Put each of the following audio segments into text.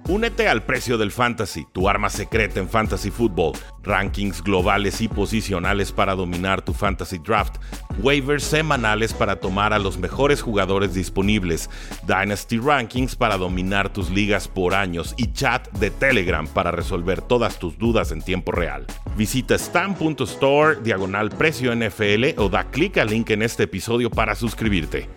Únete al Precio del Fantasy, tu arma secreta en Fantasy Football. Rankings globales y posicionales para dominar tu Fantasy Draft. Waivers semanales para tomar a los mejores jugadores disponibles. Dynasty Rankings para dominar tus ligas por años. Y chat de Telegram para resolver todas tus dudas en tiempo real. Visita stam.store/precio NFL o da clic al link en este episodio para suscribirte.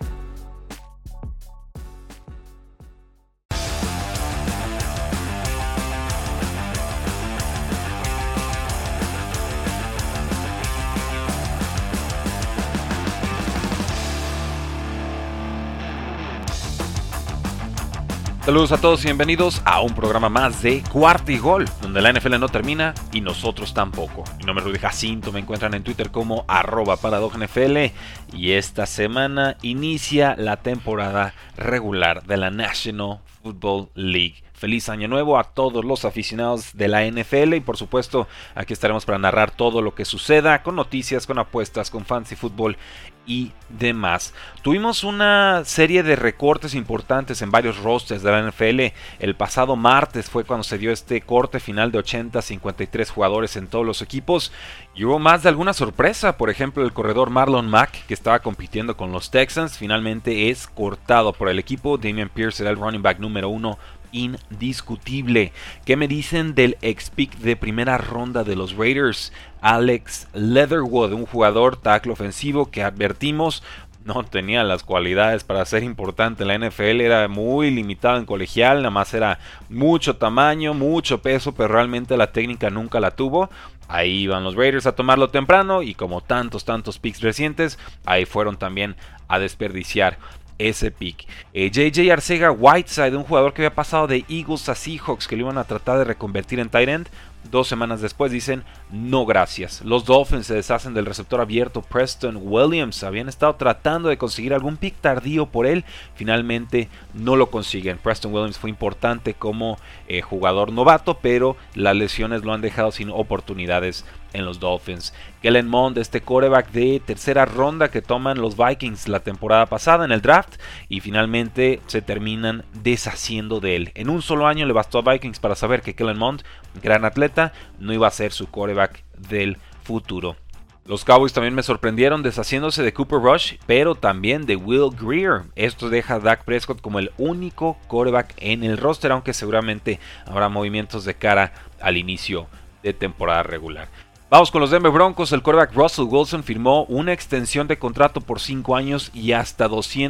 Saludos a todos y bienvenidos a un programa más de Cuarta y Gol, donde la NFL no termina y nosotros tampoco. Mi nombre es Rudy Jacinto, me encuentran en Twitter como @ParadoxNFL y esta semana inicia la temporada regular de la National Football League. Feliz año nuevo a todos los aficionados de la NFL y por supuesto aquí estaremos para narrar todo lo que suceda con noticias, con apuestas, con fantasy fútbol y demás. Tuvimos una serie de recortes importantes en varios rosters de la NFL. El pasado martes fue cuando se dio este corte final de 80-53 jugadores en todos los equipos y hubo más de alguna sorpresa. Por ejemplo, el corredor Marlon Mack, que estaba compitiendo con los Texans, finalmente es cortado por el equipo. Dameon Pierce será el running back número 1 indiscutible. ¿Qué me dicen del ex-pick de primera ronda de los Raiders, Alex Leatherwood, un jugador tackle ofensivo que advertimos no tenía las cualidades para ser importante en la NFL? Era muy limitado en colegial, nada más era mucho tamaño, mucho peso, pero realmente la técnica nunca la tuvo. Ahí iban los Raiders a tomarlo temprano y como tantos picks recientes, ahí fueron también a desperdiciar ese pick. JJ Arcega-Whiteside, un jugador que había pasado de Eagles a Seahawks, que lo iban a tratar de reconvertir en tight end. 2 semanas después dicen no gracias. Los Dolphins se deshacen del receptor abierto Preston Williams. Habían estado tratando de conseguir algún pick tardío por él. Finalmente no lo consiguen. Preston Williams fue importante como jugador novato, pero las lesiones lo han dejado sin oportunidades en los Dolphins. Kellen Mond, este quarterback de tercera ronda que toman los Vikings la temporada pasada en el draft y finalmente se terminan deshaciendo de él. En un solo año le bastó a Vikings para saber que Kellen Mond, gran atleta, no iba a ser su quarterback del futuro. Los Cowboys también me sorprendieron deshaciéndose de Cooper Rush, pero también de Will Grier. Esto deja a Dak Prescott como el único quarterback en el roster, aunque seguramente habrá movimientos de cara al inicio de temporada regular. Vamos con los Denver Broncos. El quarterback Russell Wilson firmó una extensión de contrato por 5 años y hasta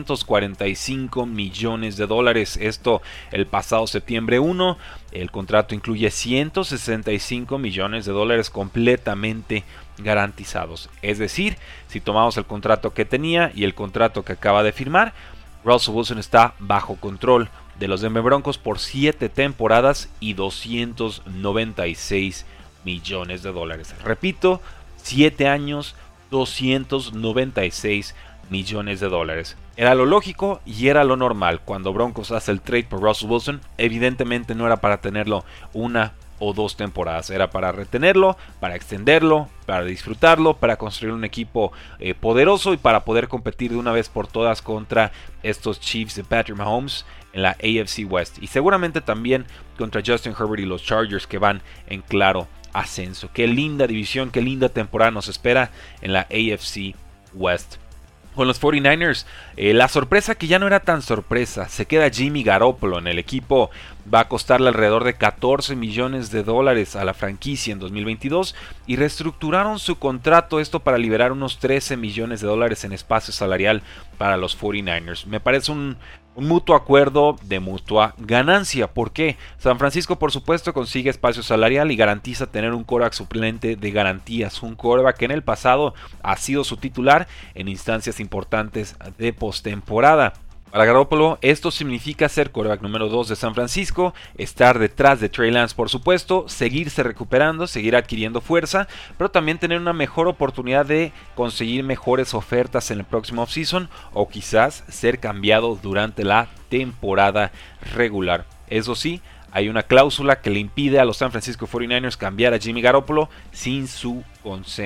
$245 millones. Esto el pasado septiembre 1. El contrato incluye $165 millones completamente garantizados. Es decir, si tomamos el contrato que tenía y el contrato que acaba de firmar, Russell Wilson está bajo control de los Denver Broncos por 7 temporadas y $296 millones. Repito, 7 años, $296 millones. Era lo lógico y era lo normal. Cuando Broncos hace el trade por Russell Wilson, evidentemente no era para tenerlo 1 o 2 temporadas, era para retenerlo, para extenderlo, para disfrutarlo, para construir un equipo poderoso y para poder competir de una vez por todas contra estos Chiefs de Patrick Mahomes en la AFC West y seguramente también contra Justin Herbert y los Chargers, que van en claro ascenso. Qué linda división, qué linda temporada nos espera en la AFC West. Con los 49ers, la sorpresa que ya no era tan sorpresa, se queda Jimmy Garoppolo en el equipo. Va a costarle alrededor de $14 millones a la franquicia en 2022 y reestructuraron su contrato, esto para liberar unos $13 millones en espacio salarial para los 49ers. Me parece un mutuo acuerdo de mutua ganancia. ¿Por qué? San Francisco, por supuesto, consigue espacio salarial y garantiza tener un quarterback suplente de garantías. Un quarterback que en el pasado ha sido su titular en instancias importantes de postemporada. Para Garoppolo, esto significa ser quarterback número 2 de San Francisco, estar detrás de Trey Lance, por supuesto, seguirse recuperando, seguir adquiriendo fuerza, pero también tener una mejor oportunidad de conseguir mejores ofertas en el próximo offseason o quizás ser cambiado durante la temporada regular. Eso sí, hay una cláusula que le impide a los San Francisco 49ers cambiar a Jimmy Garoppolo sin su consentimiento.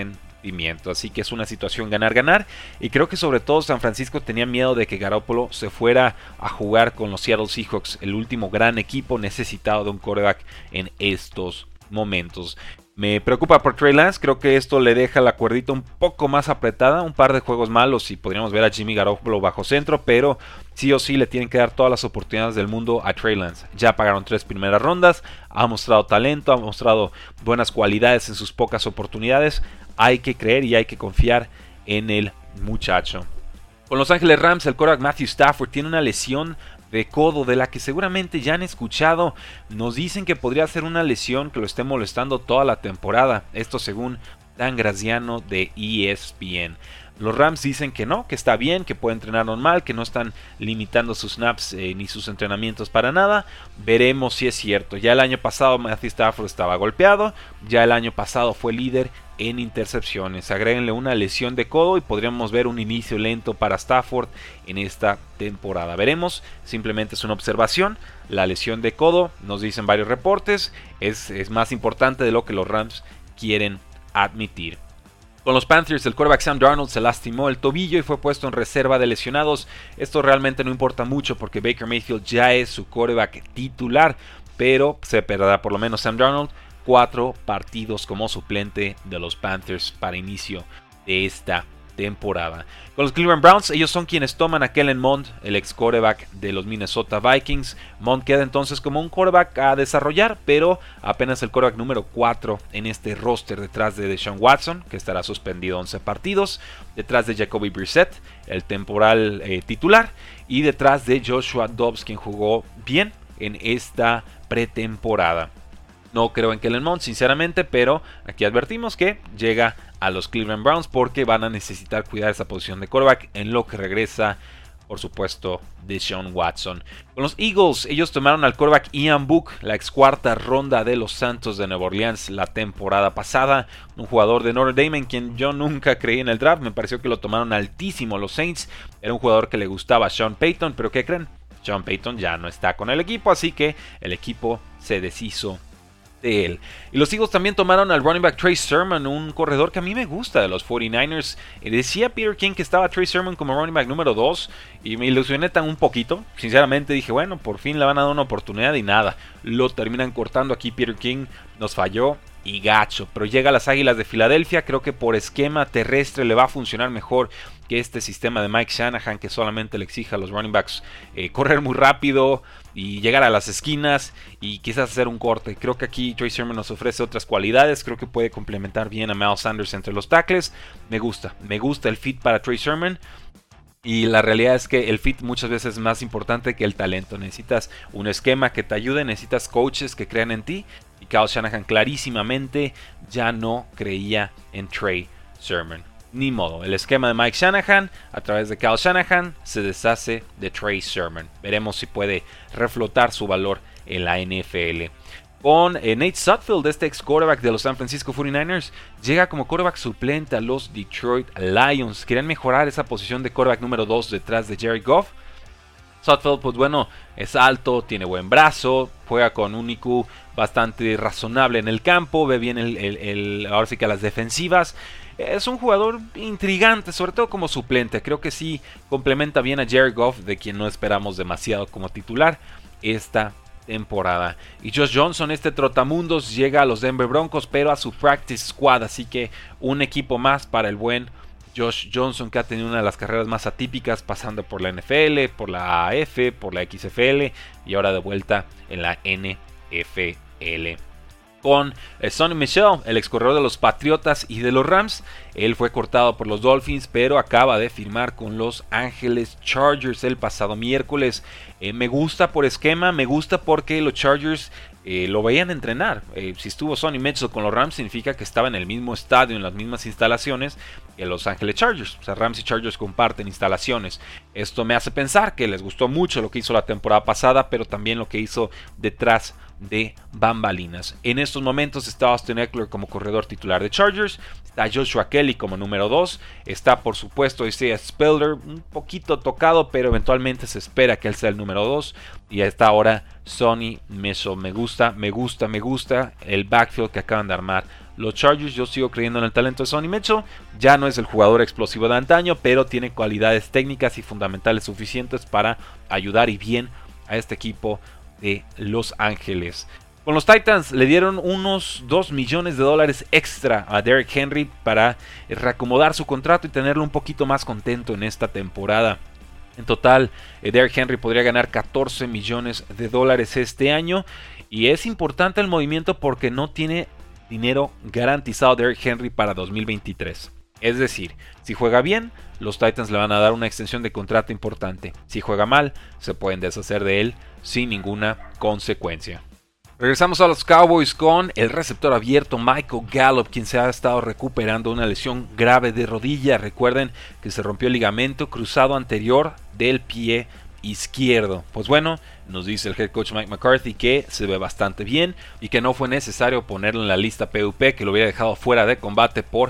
pimiento. Así que es una situación ganar-ganar. Y creo que sobre todo San Francisco tenía miedo de que Garoppolo se fuera a jugar con los Seattle Seahawks, el último gran equipo necesitado de un quarterback en estos momentos. Me preocupa por Trey Lance, creo que esto le deja la cuerdita un poco más apretada, un par de juegos malos y podríamos ver a Jimmy Garoppolo bajo centro, pero sí o sí le tienen que dar todas las oportunidades del mundo a Trey Lance. Ya pagaron 3 primeras rondas, ha mostrado talento, ha mostrado buenas cualidades en sus pocas oportunidades, hay que creer y hay que confiar en el muchacho. Con Los Ángeles Rams, el quarterback Matthew Stafford tiene una lesión de codo de la que seguramente ya han escuchado. Nos dicen que podría ser una lesión que lo esté molestando toda la temporada. Esto según Dan Graziano de ESPN. Los Rams dicen que no, que está bien, que puede entrenar normal, que no están limitando sus snaps ni sus entrenamientos para nada. Veremos si es cierto. Ya el año pasado Matthew Stafford estaba golpeado. Ya el año pasado fue líder en intercepciones. Agréguenle una lesión de codo y podríamos ver un inicio lento para Stafford en esta temporada. Veremos, simplemente es una observación. La lesión de codo, nos dicen varios reportes, es más importante de lo que los Rams quieren admitir. Con los Panthers, el quarterback Sam Darnold se lastimó el tobillo y fue puesto en reserva de lesionados. Esto realmente no importa mucho porque Baker Mayfield ya es su quarterback titular, pero se perderá por lo menos Sam Darnold 4 partidos como suplente de los Panthers para inicio de esta temporada. Con los Cleveland Browns, ellos son quienes toman a Kellen Mond, el ex quarterback de los Minnesota Vikings. Mond queda entonces como un quarterback a desarrollar, pero apenas el quarterback número 4 en este roster, detrás de Deshaun Watson, que estará suspendido 11 partidos, detrás de Jacoby Brissett, el temporal titular, y detrás de Joshua Dobbs, quien jugó bien en esta pretemporada. No creo en Kellen Mond, sinceramente, pero aquí advertimos que llega a los Cleveland Browns porque van a necesitar cuidar esa posición de quarterback en lo que regresa, por supuesto, Deshaun Watson. Con los Eagles, ellos tomaron al quarterback Ian Book, la ex cuarta ronda de los Santos de Nueva Orleans la temporada pasada. Un jugador de Notre Dame en quien yo nunca creí en el draft. Me pareció que lo tomaron altísimo los Saints. Era un jugador que le gustaba a Sean Payton, pero ¿qué creen? Sean Payton ya no está con el equipo, así que el equipo se deshizo de él. Y los Eagles también tomaron al running back Trey Sermon, un corredor que a mí me gusta de los 49ers. Decía Peter King que estaba Trey Sermon como running back número 2 y me ilusioné tan un poquito. Sinceramente dije, bueno, por fin le van a dar una oportunidad y nada. Lo terminan cortando aquí Peter King, nos falló y gacho. Pero llega a las Águilas de Filadelfia, creo que por esquema terrestre le va a funcionar mejor que este sistema de Mike Shanahan, que solamente le exige a los running backs correr muy rápido y llegar a las esquinas y quizás hacer un corte. Creo que aquí Trey Sermon nos ofrece otras cualidades, creo que puede complementar bien a Miles Sanders entre los tackles. Me gusta el fit para Trey Sermon. Y la realidad es que el fit muchas veces es más importante que el talento. Necesitas un esquema que te ayude, necesitas coaches que crean en ti. Y Kyle Shanahan clarísimamente ya no creía en Trey Sermon. Ni modo, el esquema de Mike Shanahan a través de Kyle Shanahan se deshace de Trey Sermon. Veremos si puede reflotar su valor en la NFL. Con Nate Sudfeld, este ex quarterback de los San Francisco 49ers, llega como quarterback suplente a los Detroit Lions. Quieren mejorar esa posición de quarterback número 2 detrás de Jared Goff. Sudfeld, pues bueno, es alto, tiene buen brazo, juega con un IQ bastante razonable en el campo, ve bien ahora sí que a las defensivas. Es un jugador intrigante, sobre todo como suplente. Creo que sí complementa bien a Jared Goff, de quien no esperamos demasiado como titular esta temporada. Y Josh Johnson, este trotamundos, llega a los Denver Broncos, pero a su practice squad, así que un equipo más para el buen Josh Johnson, que ha tenido una de las carreras más atípicas, pasando por la NFL, por la AF, por la XFL y ahora de vuelta en la NFL. Con Sonny Michel, el ex corredor de los Patriotas y de los Rams. Él fue cortado por los Dolphins, pero acaba de firmar con los Ángeles Chargers el pasado miércoles. Me gusta por esquema, me gusta porque los Chargers lo veían entrenar. Si estuvo Sonny Michel con los Rams, significa que estaba en el mismo estadio, en las mismas instalaciones que los Ángeles Chargers. O sea, Rams y Chargers comparten instalaciones. Esto me hace pensar que les gustó mucho lo que hizo la temporada pasada, pero también lo que hizo detrás de bambalinas. En estos momentos está Austin Eckler como corredor titular de Chargers, está Joshua Kelly como número 2, está por supuesto Isaiah Spiller, un poquito tocado, pero eventualmente se espera que él sea el número 2, y está ahora Sonny Michel. Me gusta el backfield que acaban de armar los Chargers. Yo sigo creyendo en el talento de Sonny Mitchell. Ya no es el jugador explosivo de antaño, pero tiene cualidades técnicas y fundamentales suficientes para ayudar y bien a este equipo de Los Ángeles. Con los Titans le dieron unos $2 millones extra a Derrick Henry para reacomodar su contrato y tenerlo un poquito más contento en esta temporada. En total, Derrick Henry podría ganar $14 millones este año. Y es importante el movimiento porque no tiene dinero garantizado Derrick Henry para 2023. Es decir, si juega bien, los Titans le van a dar una extensión de contrato importante. Si juega mal, se pueden deshacer de él sin ninguna consecuencia. Regresamos a los Cowboys con el receptor abierto Michael Gallup, quien se ha estado recuperando una lesión grave de rodilla. Recuerden que se rompió el ligamento cruzado anterior del pie izquierdo. Pues bueno, nos dice el head coach Mike McCarthy que se ve bastante bien y que no fue necesario ponerlo en la lista PUP, que lo hubiera dejado fuera de combate por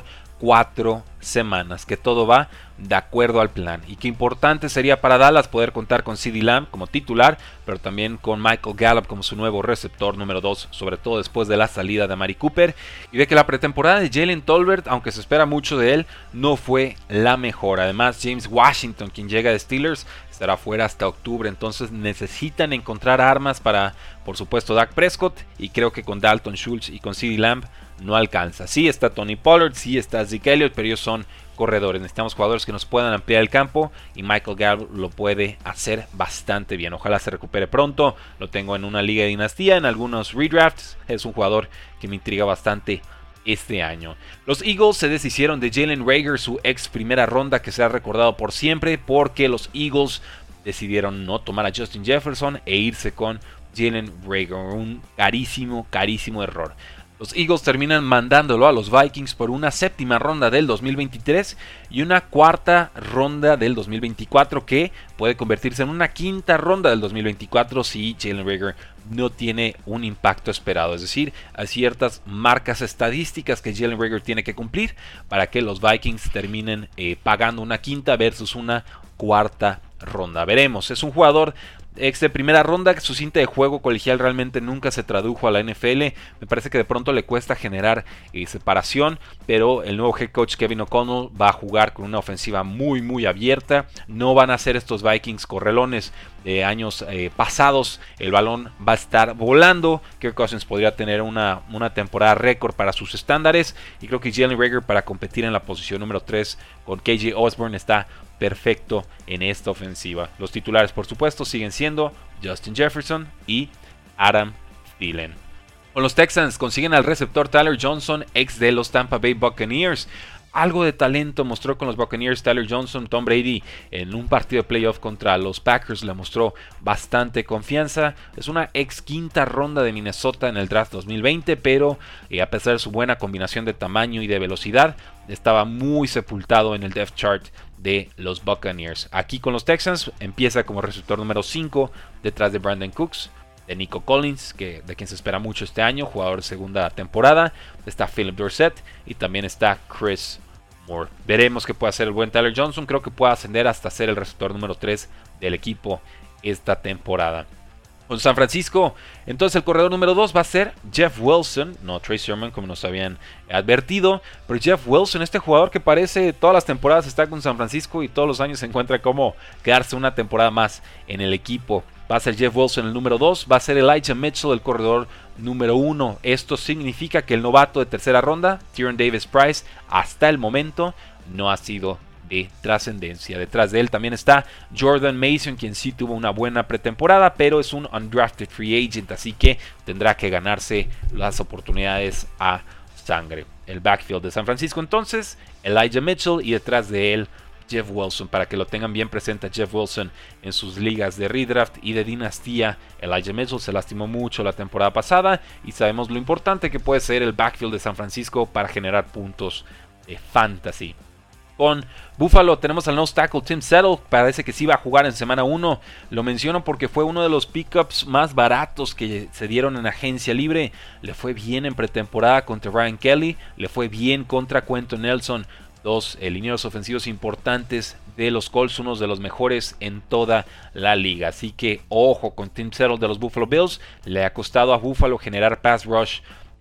4 semanas, que todo va de acuerdo al plan y que importante sería para Dallas poder contar con CeeDee Lamb como titular, pero también con Michael Gallup como su nuevo receptor número 2, sobre todo después de la salida de Amari Cooper, y de que la pretemporada de Jalen Tolbert, aunque se espera mucho de él, no fue la mejor. Además, James Washington, quien llega de Steelers, estará fuera hasta octubre, entonces necesitan encontrar armas para, por supuesto, Dak Prescott, y creo que con Dalton Schultz y con CeeDee Lamb no alcanza. Sí está Tony Pollard, sí está Zeke Elliott, pero ellos son corredores. Necesitamos jugadores que nos puedan ampliar el campo y Michael Gallup lo puede hacer bastante bien. Ojalá se recupere pronto. Lo tengo en una liga de dinastía, en algunos redrafts. Es un jugador que me intriga bastante este año. Los Eagles se deshicieron de Jalen Reagor, su ex primera ronda, que será recordado por siempre porque los Eagles decidieron no tomar a Justin Jefferson e irse con Jalen Reagor. Un carísimo error. Los Eagles terminan mandándolo a los Vikings por una 7ª ronda del 2023 y una 4ª ronda del 2024, que puede convertirse en una 5ª ronda del 2024 si Jalen Reagor no tiene un impacto esperado. Es decir, hay ciertas marcas estadísticas que Jalen Reagor tiene que cumplir para que los Vikings terminen pagando una 5ª versus una 4ª ronda. Veremos, es un jugador ex de primera ronda, su cinta de juego colegial realmente nunca se tradujo a la NFL. Me parece que de pronto le cuesta generar separación, pero el nuevo head coach Kevin O'Connell va a jugar con una ofensiva muy abierta. No van a ser estos Vikings correlones de años pasados. El balón va a estar volando. Kirk Cousins podría tener una temporada récord para sus estándares, y creo que Jalen Reagor, para competir en la posición número 3 con KJ Osborne, está perfecto en esta ofensiva. Los titulares, por supuesto, siguen siendo Justin Jefferson y Adam Thielen. Con los Texans consiguen al receptor Tyler Johnson, ex de los Tampa Bay Buccaneers. Algo de talento mostró con los Buccaneers Tyler Johnson. Tom Brady en un partido de playoff contra los Packers le mostró bastante confianza. Es una ex 5ª ronda de Minnesota en el draft 2020, pero a pesar de su buena combinación de tamaño y de velocidad, estaba muy sepultado en el depth chart de los Buccaneers. Aquí con los Texans empieza como receptor número 5 detrás de Brandon Cooks, de Nico Collins, de quien se espera mucho este año, jugador de segunda temporada. Está Philip Dorsett y también está Chris Moore. Veremos qué puede hacer el buen Tyler Johnson. Creo que puede ascender hasta ser el receptor número 3 del equipo esta temporada. Con San Francisco, entonces el corredor número 2 va a ser Jeff Wilson, no Trey Sermon como nos habían advertido, pero Jeff Wilson, este jugador que parece todas las temporadas está con San Francisco y todos los años se encuentra como quedarse una temporada más en el equipo. Va a ser Jeff Wilson el número 2, va a ser Elijah Mitchell el corredor número 1. Esto significa que el novato de tercera ronda, Tyrion Davis Price, hasta el momento no ha sido de trascendencia. Detrás de él también está Jordan Mason, quien sí tuvo una buena pretemporada, pero es un undrafted free agent, así que tendrá que ganarse las oportunidades a sangre. El backfield de San Francisco entonces, Elijah Mitchell, y detrás de él Jeff Wilson, para que lo tengan bien presente a Jeff Wilson en sus ligas de redraft y de dinastía. Elijah Mitchell se lastimó mucho la temporada pasada y sabemos lo importante que puede ser el backfield de San Francisco para generar puntos de fantasy. Con Buffalo tenemos al nose tackle Tim Settle, parece que sí va a jugar en semana 1. Lo menciono porque fue uno de los pickups más baratos que se dieron en agencia libre. Le fue bien en pretemporada contra Ryan Kelly, le fue bien contra Quentin Nelson, dos linieros ofensivos importantes de los Colts, unos de los mejores en toda la liga. Así que ojo con Tim Settle de los Buffalo Bills. Le ha costado a Buffalo generar pass rush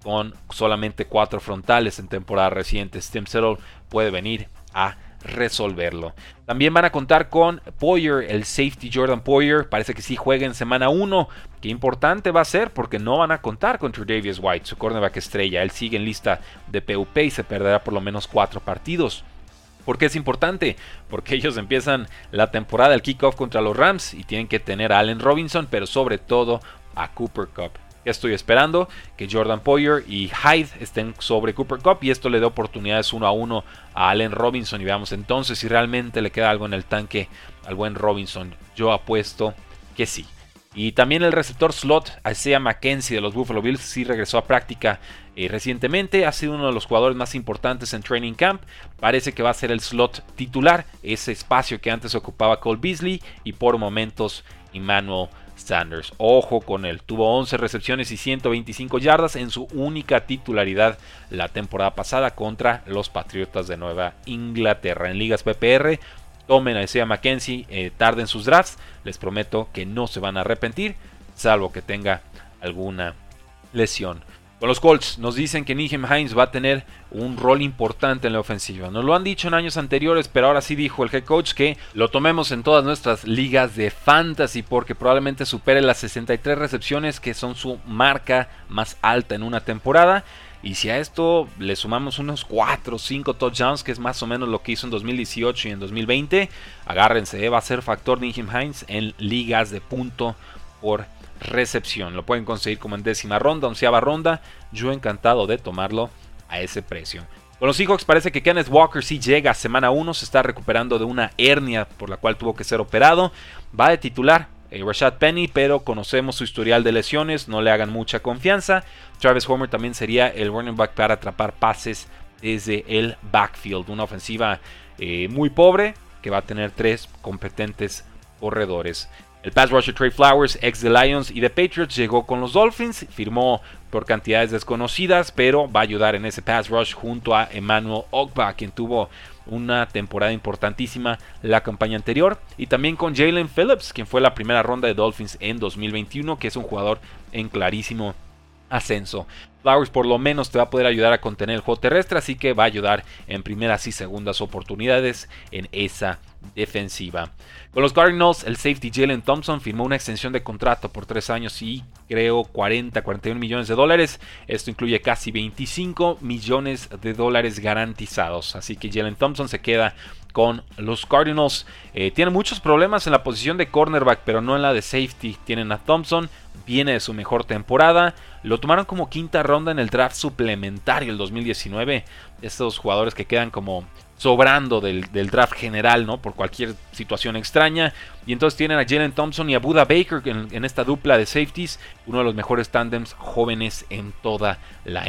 con solamente 4 frontales en temporada reciente. Tim Settle puede venir a resolverlo. También van a contar con Poyer, el safety Jordan Poyer. Parece que sí juega en semana 1. Qué importante va a ser porque no van a contar con Tre'Davious White, su cornerback estrella. Él sigue en lista de PUP y se perderá por lo menos 4 partidos. ¿Por qué es importante? Porque ellos empiezan la temporada, el kickoff contra los Rams y tienen que tener a Allen Robinson, pero sobre todo a Cooper Kupp. Ya estoy esperando que Jordan Poyer y Hyde estén sobre Cooper Kupp y esto le dé oportunidades 1-1 a Allen Robinson y veamos entonces si realmente le queda algo en el tanque al buen Robinson. Yo apuesto que sí. Y también el receptor slot Isaiah McKenzie de los Buffalo Bills sí regresó a práctica recientemente. Ha sido uno de los jugadores más importantes en training camp. Parece que va a ser el slot titular, ese espacio que antes ocupaba Cole Beasley y por momentos Emmanuel Sanders. Ojo con él, tuvo 11 recepciones y 125 yardas en su única titularidad la temporada pasada contra los Patriotas de Nueva Inglaterra. En ligas PPR, tomen a Isaiah McKenzie tarde en sus drafts, les prometo que no se van a arrepentir, salvo que tenga alguna lesión. Con los Colts nos dicen que Nyheim Hines va a tener un rol importante en la ofensiva. Nos lo han dicho en años anteriores, pero ahora sí dijo el head coach que lo tomemos en todas nuestras ligas de fantasy porque probablemente supere las 63 recepciones que son su marca más alta en una temporada. Y si a esto le sumamos unos 4 o 5 touchdowns, que es más o menos lo que hizo en 2018 y en 2020, agárrense, va a ser factor Nyheim Hines en ligas de punto por recepción. Lo pueden conseguir como en 10ª ronda, 11ª ronda. Yo encantado de tomarlo a ese precio. Con los Seahawks parece que Kenneth Walker sí llega a semana 1. Se está recuperando de una hernia por la cual tuvo que ser operado. Va de titular Rashad Penny, pero conocemos su historial de lesiones. No le hagan mucha confianza. Travis Homer también sería el running back para atrapar pases desde el backfield. Una ofensiva muy pobre que va a tener 3 competentes corredores. El pass rusher Trey Flowers, ex de Lions y de Patriots, llegó con los Dolphins, firmó por cantidades desconocidas, pero va a ayudar en ese pass rush junto a Emmanuel Ogbah, quien tuvo una temporada importantísima la campaña anterior, y también con Jalen Phillips, quien fue la primera ronda de Dolphins en 2021, que es un jugador en clarísimo ascenso. Flowers por lo menos te va a poder ayudar a contener el juego terrestre, así que va a ayudar en primeras y segundas oportunidades en esa defensiva. Con los Cardinals, el safety Jalen Thompson firmó una extensión de contrato por 3 años y creo 41 millones de dólares. Esto incluye casi 25 millones de dólares garantizados. Así que Jalen Thompson se queda con los Cardinals. Tiene muchos problemas en la posición de cornerback, pero no en la de safety. Tienen a Thompson, viene de su mejor temporada. Lo tomaron como 5ª ronda en el draft suplementario el 2019. Estos jugadores que quedan como sobrando del draft general, ¿no? Por cualquier situación extraña. Y entonces tienen a Jalen Thompson y a Budda Baker en esta dupla de safeties. Uno de los mejores tándems jóvenes en toda la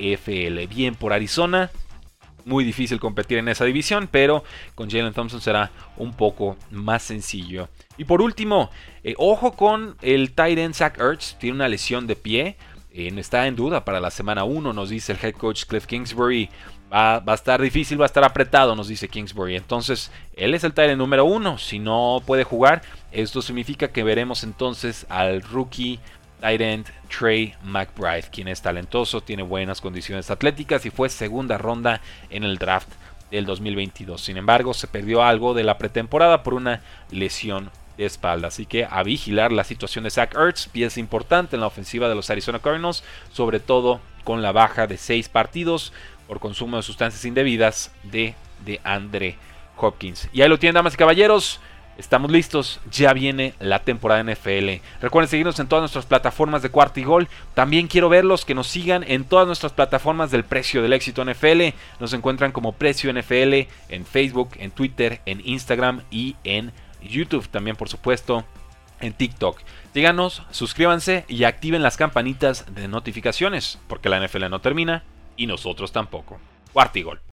NFL. Bien por Arizona. Muy difícil competir en esa división, pero con Jalen Thompson será un poco más sencillo. Y por último, ojo con el tight end Zach Ertz. Tiene una lesión de pie. Está en duda para la semana 1, nos dice el head coach Cliff Kingsbury. Va a estar difícil, va a estar apretado, nos dice Kingsbury. Entonces, él es el tight end número 1. Si no puede jugar, esto significa que veremos entonces al rookie tight end Trey McBride, quien es talentoso, tiene buenas condiciones atléticas y fue 2ª ronda en el draft del 2022. Sin embargo, se perdió algo de la pretemporada por una lesión de espalda. Así que a vigilar la situación de Zach Ertz, pieza importante en la ofensiva de los Arizona Cardinals, sobre todo con la baja de 6 partidos por consumo de sustancias indebidas de DeAndre Hopkins. Y ahí lo tienen, damas y caballeros. Estamos listos, ya viene la temporada NFL. Recuerden seguirnos en todas nuestras plataformas de Cuarta y Gol. También quiero verlos que nos sigan en todas nuestras plataformas del Precio del Éxito NFL. Nos encuentran como Precio NFL en Facebook, en Twitter, en Instagram y en YouTube. También, por supuesto, en TikTok. Síganos, suscríbanse y activen las campanitas de notificaciones, porque la NFL no termina y nosotros tampoco. Cuarta y Gol.